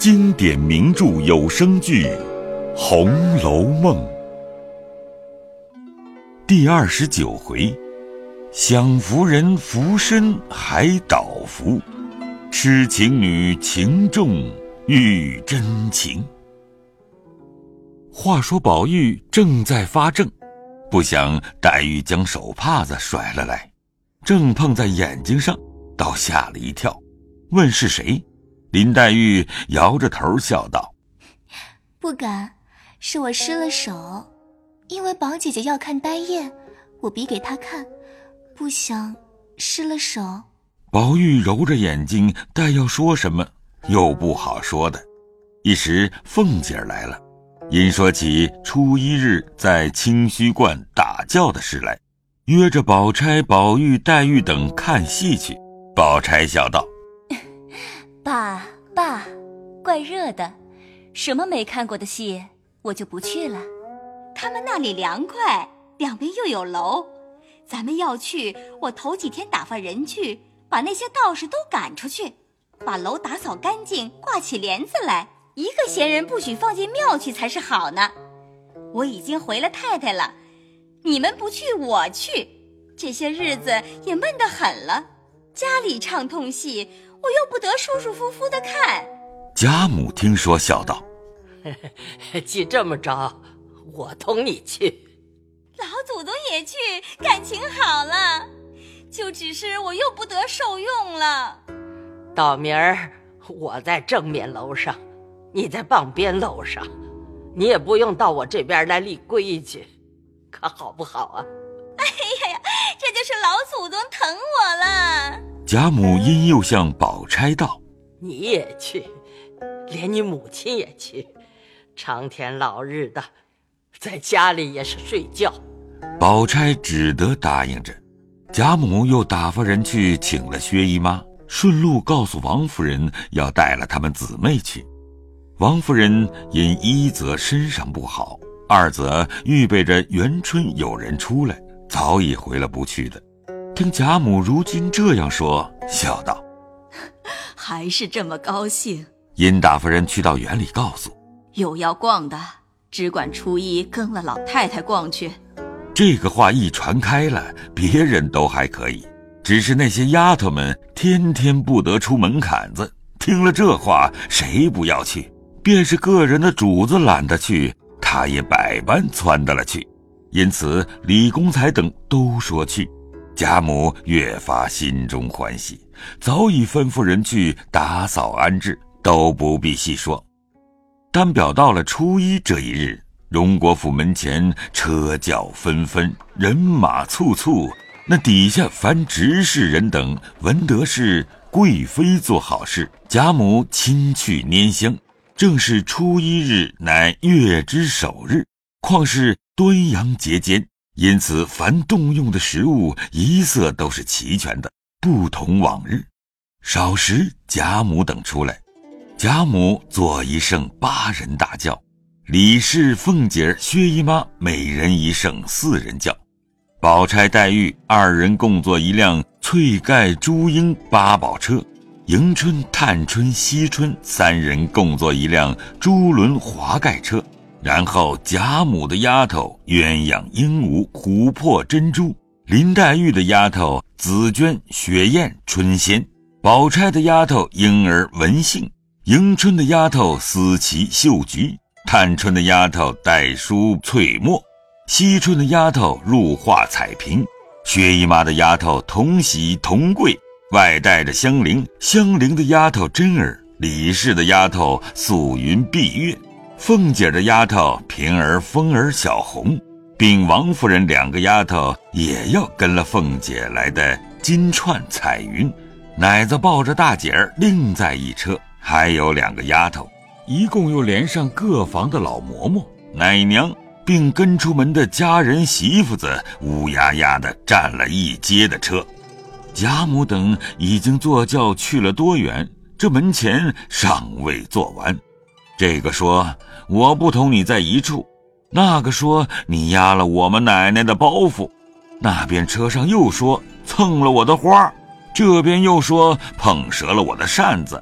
经典名著有声剧《红楼梦》第29回，享福人福身还倒伏，痴情女情重遇真情。话说宝玉正在发怔，不想黛玉将手帕子甩了来，正碰在眼睛上，倒吓了一跳，问是谁。林黛玉摇着头笑道： 不敢，是我失了手，因为宝姐姐要看呆雁，我比给她看，不想失了手。 宝玉揉着眼睛，待要说什么又不好说的。一时凤姐来了，因说起初一日在清虚观打醮的事来，约着宝钗、宝玉、黛玉等看戏去。宝钗笑道： 爸，怪热的，什么没看过的戏我就不去了。 他们那里凉快，两边又有楼，咱们要去，我头几天打发人去，把那些道士都赶出去，把楼打扫干净，挂起帘子来，一个闲人不许放进庙去才是好呢。我已经回了太太了，你们不去我去，这些日子也闷得很了，家里唱痛戏，我又不得舒舒服服的看。 贾母听说笑道： 既这么着，我同你去。 老祖宗也去，感情好了，就只是我又不得受用了。 到明儿我在正面楼上，你在傍边楼上，你也不用到我这边来立规矩，可好不好啊？ 哎呀，这就是老祖宗疼我了。 贾母因又向宝钗道： 你也去，连你母亲也去，长天老日的在家里也是睡觉。 宝钗只得答应着。贾母又打发人去请了薛姨妈，顺路告诉王夫人要带了他们姊妹去。王夫人因一则身上不好，二则预备着元春有人出来，早已回了不去的。听贾母如今这样说，笑道： 还是这么高兴。 因打发人去到园里告诉， 有要逛的，只管初一跟了老太太逛去。 这个话一传开了，别人都还可以，只是那些丫头们天天不得出门槛子，听了这话谁不要去？便是个人的主子懒得去，他也百般撺得了去。因此李公才等都说去，贾母越发心中欢喜，早已吩咐人去打扫安置，都不必细说。单表到了初一这一日，荣国府门前车轿纷纷，人马簇簇，那底下凡执事人等闻得是贵妃做好事，贾母亲去拈香。正是初一日乃月之首日，况是端阳节间，因此凡动用的食物一色都是齐全的，不同往日。少时贾母等出来，贾母做一盛8人大轿，李氏、凤姐、薛姨妈每人一盛4人轿，宝钗、黛玉2人共坐一辆翠盖朱缨8宝车，迎春、探春、惜春3人共坐一辆朱轮华盖车。然后贾母的丫头鸳鸯、鹦鹉、琥珀、珍珠，林黛玉的丫头紫鹃、雪雁、春仙，宝钗的丫头莺儿、文杏，迎春的丫头思琪、秀菊，探春的丫头黛书、翠墨，惜春的丫头入画、彩萍，薛姨妈的丫头同喜、同贵，外带着香菱，香菱的丫头珍儿，李氏的丫头素云、碧月，凤姐的丫头平儿、风儿、小红，并王夫人2个丫头也要跟了凤姐来的金钏、彩云，奶子抱着大姐儿另在一车，还有2个丫头，一共又连上各房的老嬷嬷、奶娘，并跟出门的家人媳妇子，乌压压的占了一街的车。贾母等已经坐轿去了多远，这门前尚未做完。这个说我不同你在一处，那个说你压了我们奶奶的包袱，那边车上又说蹭了我的花，这边又说碰折了我的扇子，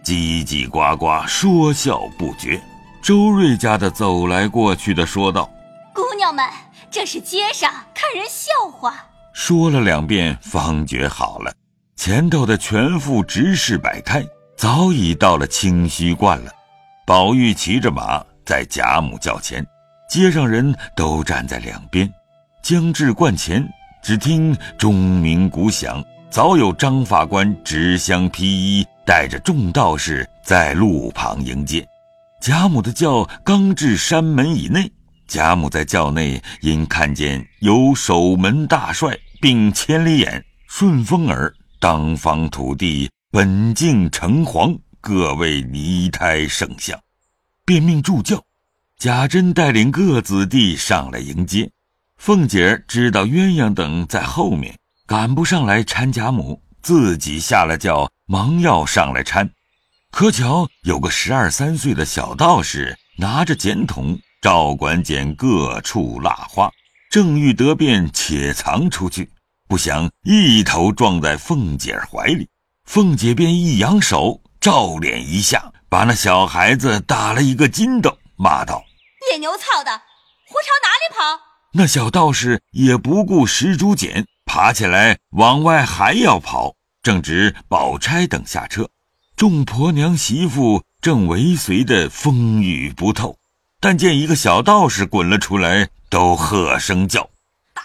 叽叽呱呱，说笑不绝。周瑞家的走来过去的说道： 姑娘们，这是街上看人笑话。 说了2遍方觉好了，前头的全副执事摆开，早已到了清虚观了。宝玉骑着马在贾母轿前，街上人都站在两边。将至观前，只听钟鸣鼓响，早有张法官执香披衣，带着众道士在路旁迎接。贾母的轿刚至山门以内，贾母在轿内因看见有守门大帅并千里眼、顺风耳、当方土地、本境城隍各位泥胎圣相，便命助轿。贾珍带领各子弟上来迎接。凤姐儿知道鸳鸯等在后面，赶不上来搀贾母，自己下了轿，忙要上来搀。可巧有个12、13岁的小道士拿着剪筒，照管剪各处蜡花，正欲得便且藏出去，不想一头撞在凤姐儿怀里。凤姐便一扬手，照脸一下，把那小孩子打了一个筋斗，骂道： 野牛操的，胡朝哪里跑？ 那小道士也不顾石竹剪，爬起来往外还要跑。正值宝钗等下车，众婆娘媳妇正尾随的风雨不透，但见一个小道士滚了出来，都喝声叫： 拿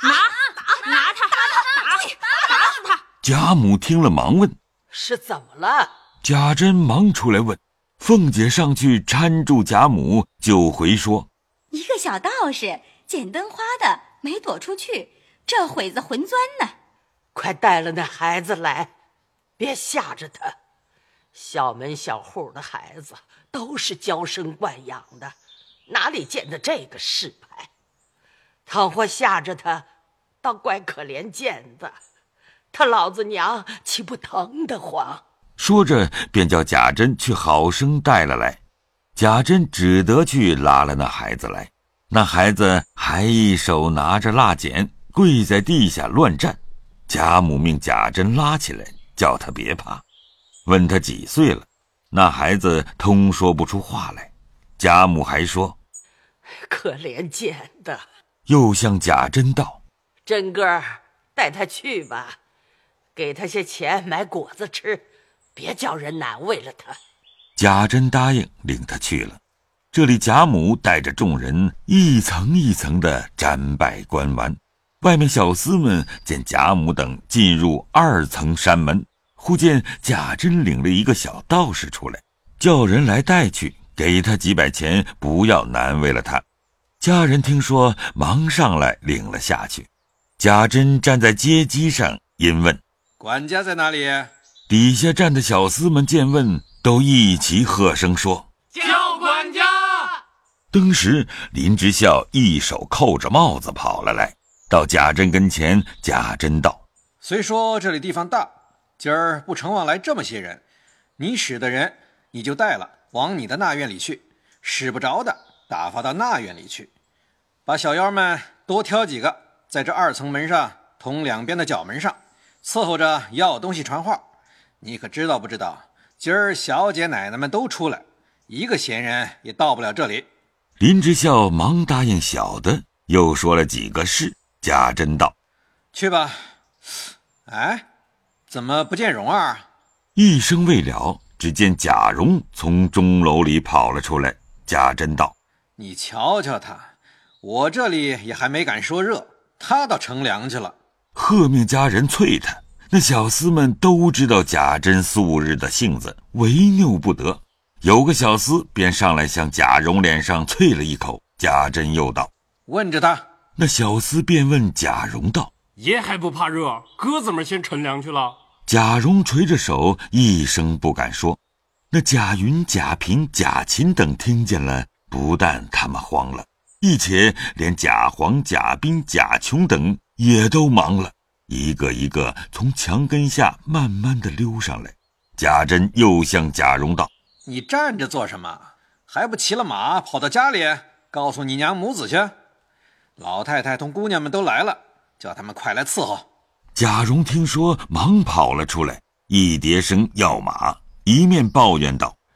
死他！ 贾母听了忙问： 是怎么了？ 贾珍忙出来问。凤姐上去搀住贾母，就回说： 一个小道士捡灯花的没躲出去，这会子魂钻呢。 快带了那孩子来，别吓着他。小门小户的孩子都是娇生惯养的，哪里见得这个世派？倘或吓着他，倒怪可怜见的，他老子娘岂不疼得慌？ 说着便叫贾珍去好生带了来。贾珍只得去拉了那孩子来。那孩子还一手拿着蜡剪，跪在地下乱站。贾母命贾珍拉起来，叫他别怕，问他几岁了。那孩子通说不出话来。贾母还说： 可怜见的。 又向贾珍道： 珍哥，带他去吧，给他些钱买果子吃，别叫人难为了他。 贾珍答应，领他去了。这里贾母带着众人一层一层的瞻拜观玩。外面小厮们见贾母等进入2层山门，忽见贾珍领了一个小道士出来，叫人来带去，给他几百钱，不要难为了他。家人听说，忙上来领了下去。贾珍站在阶基上，因问： 管家在哪里？ 底下站的小厮们见问，都一齐喝声说： 叫管家！ 当时林之孝一手扣着帽子跑了来，到贾珍跟前。贾珍道： 虽说这里地方大，今儿不成往来这么些人，你使的人你就带了，往你的那院里去，使不着的打发到那院里去。把小妖们多挑几个，在这2层门上同两边的角门上伺候着要东西传话。你可知道不知道，今儿小姐奶奶们都出来，一个闲人也到不了这里。 林之孝忙答应小的，又说了几个事。贾珍道： 去吧。哎，怎么不见蓉儿？ 一声未了，只见贾蓉从钟楼里跑了出来。贾珍道： 你瞧瞧他，我这里也还没敢说热，他倒乘凉去了。 喝命家人啐他。那小厮们都知道贾珍素日的性子，违拗不得。有个小厮便上来向贾蓉脸上啐了一口。贾珍又道： 问着他。 那小厮便问贾蓉道： 爷还不怕热？哥怎么先乘凉去了？ 贾蓉垂着手，一声不敢说。那贾云、贾平、贾琴等听见了，不但他们慌了，一且连贾黄、贾斌、贾琼等也都忙了，一个一个从墙根下慢慢地溜上来。贾珍又向贾蓉道： 你站着做什么？还不骑了马跑到家里告诉你娘母子去？老太太同姑娘们都来了，叫他们快来伺候。 贾蓉听说，忙跑了出来，一叠声要马，一面抱怨道：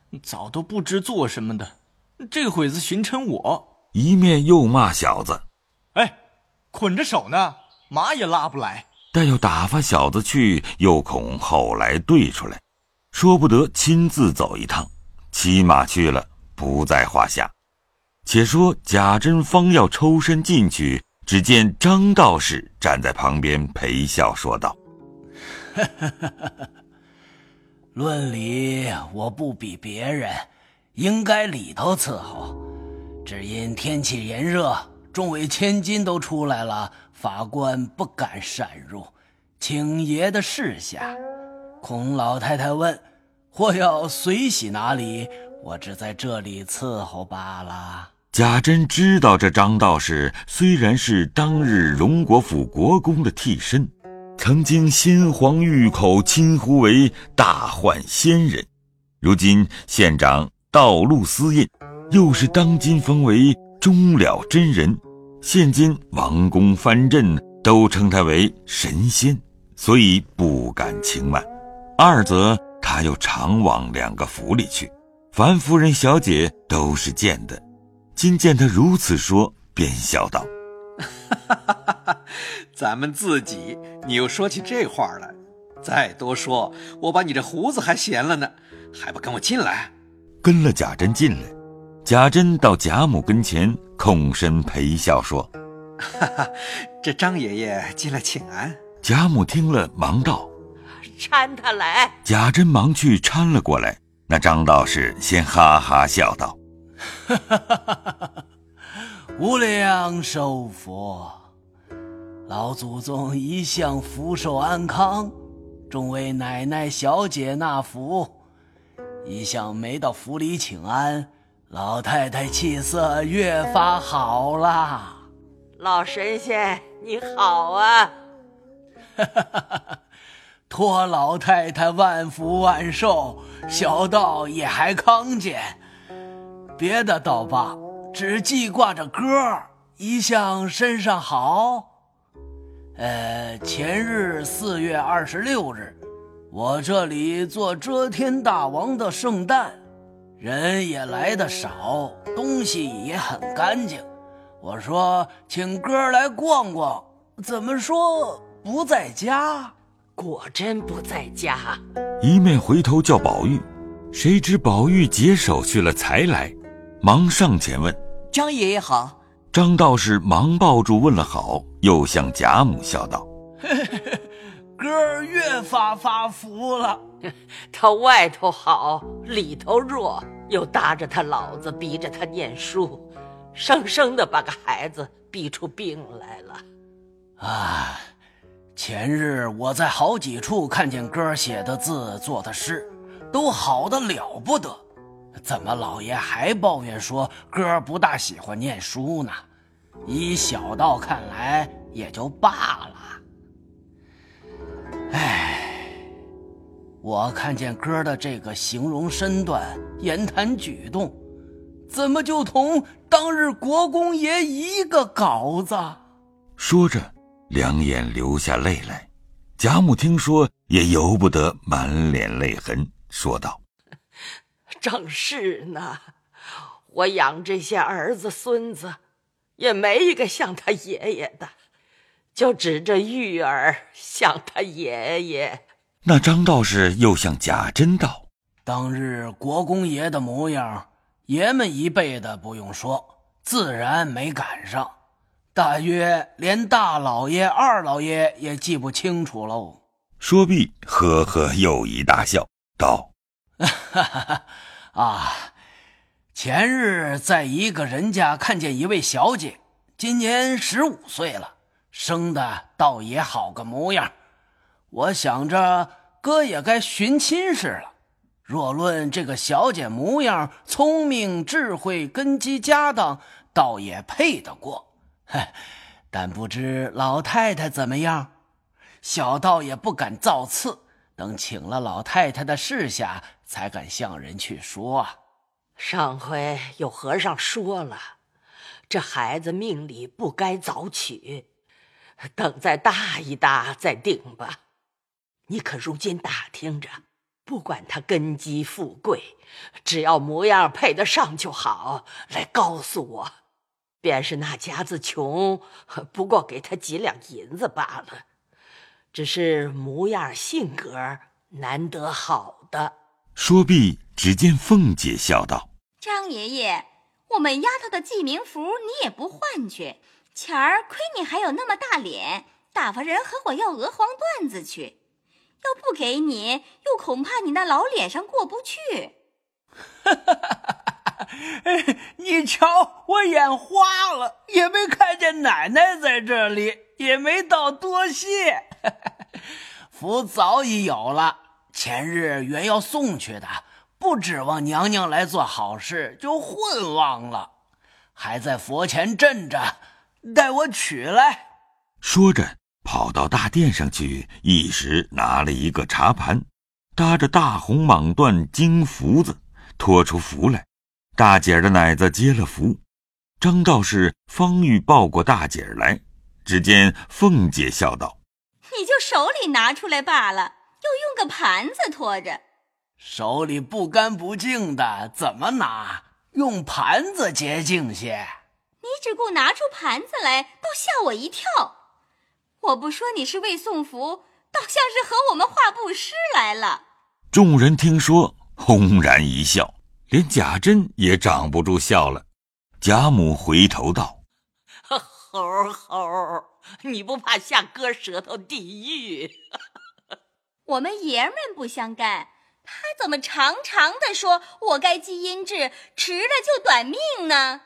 早都不知做什么的，这会子寻成我。 一面又骂小子： 哎，捆着手呢，马也拉不来。 但又打发小子去，又恐后来对出来，说不得亲自走一趟，骑马去了不在话下。且说贾珍方要抽身进去，只见张道士站在旁边陪笑说道： 论理我不比别人，应该里头伺候，只因天气炎热，众位千金都出来了，法官不敢擅入，请爷的示下。孔老太太问或要随喜哪里，我只在这里伺候罢了。 贾珍知道这张道士虽然是当日荣国府国公的替身，曾经先皇御口亲呼为大幻仙人，如今县长道路司印，又是当今封为终了真人，现今王公藩镇都称他为神仙，所以不敢轻慢。二则他又常往2个府里去，樊夫人小姐都是见的。今见他如此说，便笑道： 咱们自己，你又说起这话来，再多说，我把你这胡子还嫌了呢，还不跟我进来？ 跟了贾珍进来。贾珍到贾母跟前，空身陪笑说： 这张爷爷进来请安。 贾母听了忙道： 搀他来。 贾珍忙去搀了过来。那张道士先哈哈笑道： 无量寿佛，老祖宗一向福寿安康，众位奶奶小姐纳福，一向没到府里请安，老太太气色越发好啦。 老神仙你好啊。 托老太太万福万寿，小道也还康健，别的倒罢，只记挂着歌，一向身上好。前日4月26日，我这里做遮天大王的圣诞，人也来得少，东西也很干净。我说请哥来逛逛，怎么说不在家？ 果真不在家。 一面回头叫宝玉，谁知宝玉解手去了才来，忙上前问： 张爷爷好。 张道士忙抱住问了好，又向贾母笑道： 哥儿越发福了。 他外头好，里头弱，又搭着他老子逼着他念书，生生的把个孩子逼出病来了。 啊，前日我在好几处看见哥儿写的字做的诗，都好得了不得，怎么老爷还抱怨说哥儿不大喜欢念书呢？依小道看来也就罢了。我看见哥儿的这个形容身段，言谈举动，怎么就同当日国公爷一个稿子？ 说着两眼流下泪来。贾母听说也由不得满脸泪痕，说道： 正是呢，我养这些儿子孙子也没一个像他爷爷的，就指着玉儿像他爷爷。 那张道士又向贾珍道： 当日国公爷的模样，爷们一辈的不用说，自然没赶上，大约连大老爷二老爷也记不清楚喽。 说毕呵呵又一大笑，道： 前日在一个人家看见一位小姐，今年15岁了，生的倒也好个模样，我想着哥也该寻亲事了。若论这个小姐模样，聪明智慧根基家当，倒也配得过。但不知老太太怎么样，小道也不敢造次，等请了老太太的示下，才敢向人去说啊。 上回有和尚说了，这孩子命里不该早娶，等再大一大再定吧。你可如今打听着， 不管他根基富贵，只要模样配得上就好，来告诉我。便是那家子穷，不过给他几两银子罢了。只是模样性格难得好的。 说毕，只见凤姐笑道： 张爷爷，我们丫头的记名符你也不换去，前儿亏你还有那么大脸，打发人和我要鹅黄缎子去，要不给你，又恐怕你那老脸上过不去。 你瞧，我眼花了，也没看见奶奶在这里，也没道多谢。符早已有了，前日原要送去的，不指望娘娘来做好事，就混忘了，还在佛前镇着，待我取来。 说着跑到大殿上去，一时拿了一个茶盘，搭着大红蟒缎金福子，拖出符来。大姐儿的奶子接了符，张道士方欲抱过大姐儿来，只见凤姐笑道： 你就手里拿出来罢了，又用个盘子拖着。 手里不干不净的怎么拿？用盘子洁净些。 你只顾拿出盘子来，倒吓我一跳。我不说你是为送符，倒像是和我们画布施来了。 众人听说，轰然一笑，连贾珍也挡不住笑了。贾母回头道： 猴，你不怕下割舌头地狱？ 我们爷们不相干，他怎么常常的说我该积阴质，迟了就短命呢？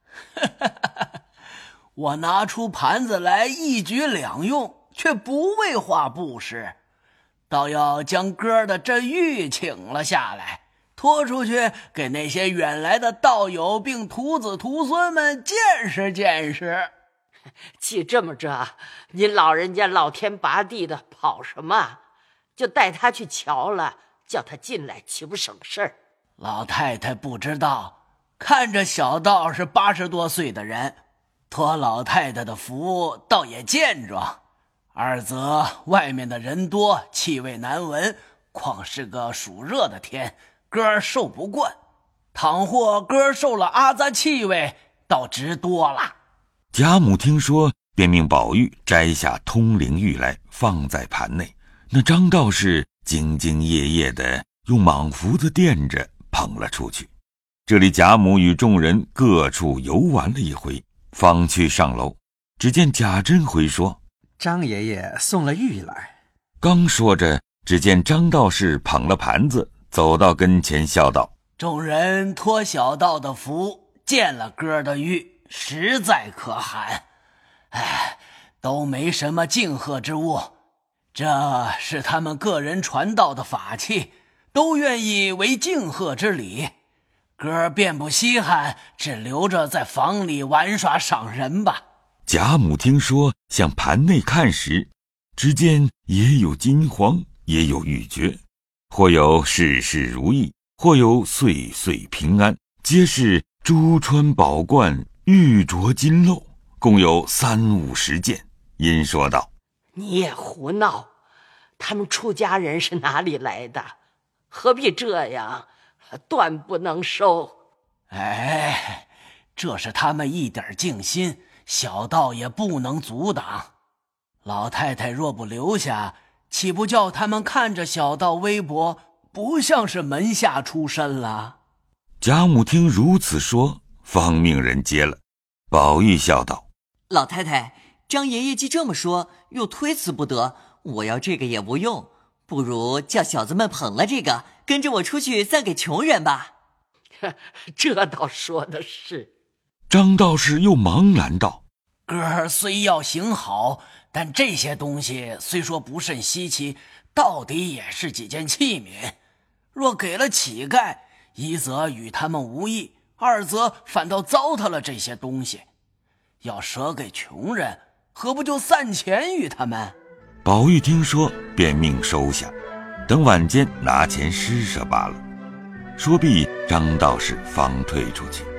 我拿出盘子来一举两用，却不为画布施，倒要将哥的这玉请了下来，拖出去给那些远来的道友并徒子徒孙们见识见识。 既这么着，您老人家老天拔地的跑什么？就带他去瞧了，叫他进来，岂不省事儿？ 老太太不知道，看着小道是80多岁的人，托老太太的福，倒也健壮。二则外面的人多，气味难闻，况是个暑热的天，哥儿受不惯。倘或哥儿受了阿杂气味，倒值多了。 贾母听说，便命宝玉摘下通灵玉来，放在盘内。那张道士兢兢业业地用蟒符子垫着捧了出去。这里贾母与众人各处游玩了一回，方去上楼。只见贾珍回说： 张爷爷送了玉来。 刚说着，只见张道士捧了盘子，走到跟前，笑道： 众人托小道的福，见了哥的玉，实在可罕。都没什么敬贺之物，这是他们个人传道的法器，都愿意为敬贺之礼。哥便不稀罕，只留着在房里玩耍赏人吧。 贾母听说，向盘内看时，只见也有金黄，也有玉珏，或有事事如意，或有岁岁平安，皆是珠穿宝冠，玉镯金镂，共有30-50件。因说道： 你也胡闹，他们出家人是哪里来的？何必这样？断不能收。 这是他们一点静心，小道也不能阻挡。老太太若不留下，岂不叫他们看着小道微薄，不像是门下出身了？ 贾母听如此说，方命人接了。宝玉笑道： 老太太，张爷爷既这么说，又推辞不得，我要这个也不用，不如叫小子们捧了这个，跟着我出去散给穷人吧。 这倒说的是。 张道士又茫然道： 哥儿虽要行好，但这些东西虽说不甚稀奇，到底也是几件器皿。若给了乞丐，一则与他们无益，二则反倒糟蹋了这些东西。要舍给穷人，何不就散钱与他们？ 宝玉听说，便命收下，等晚间拿钱施舍罢了。说毕，张道士方退出去。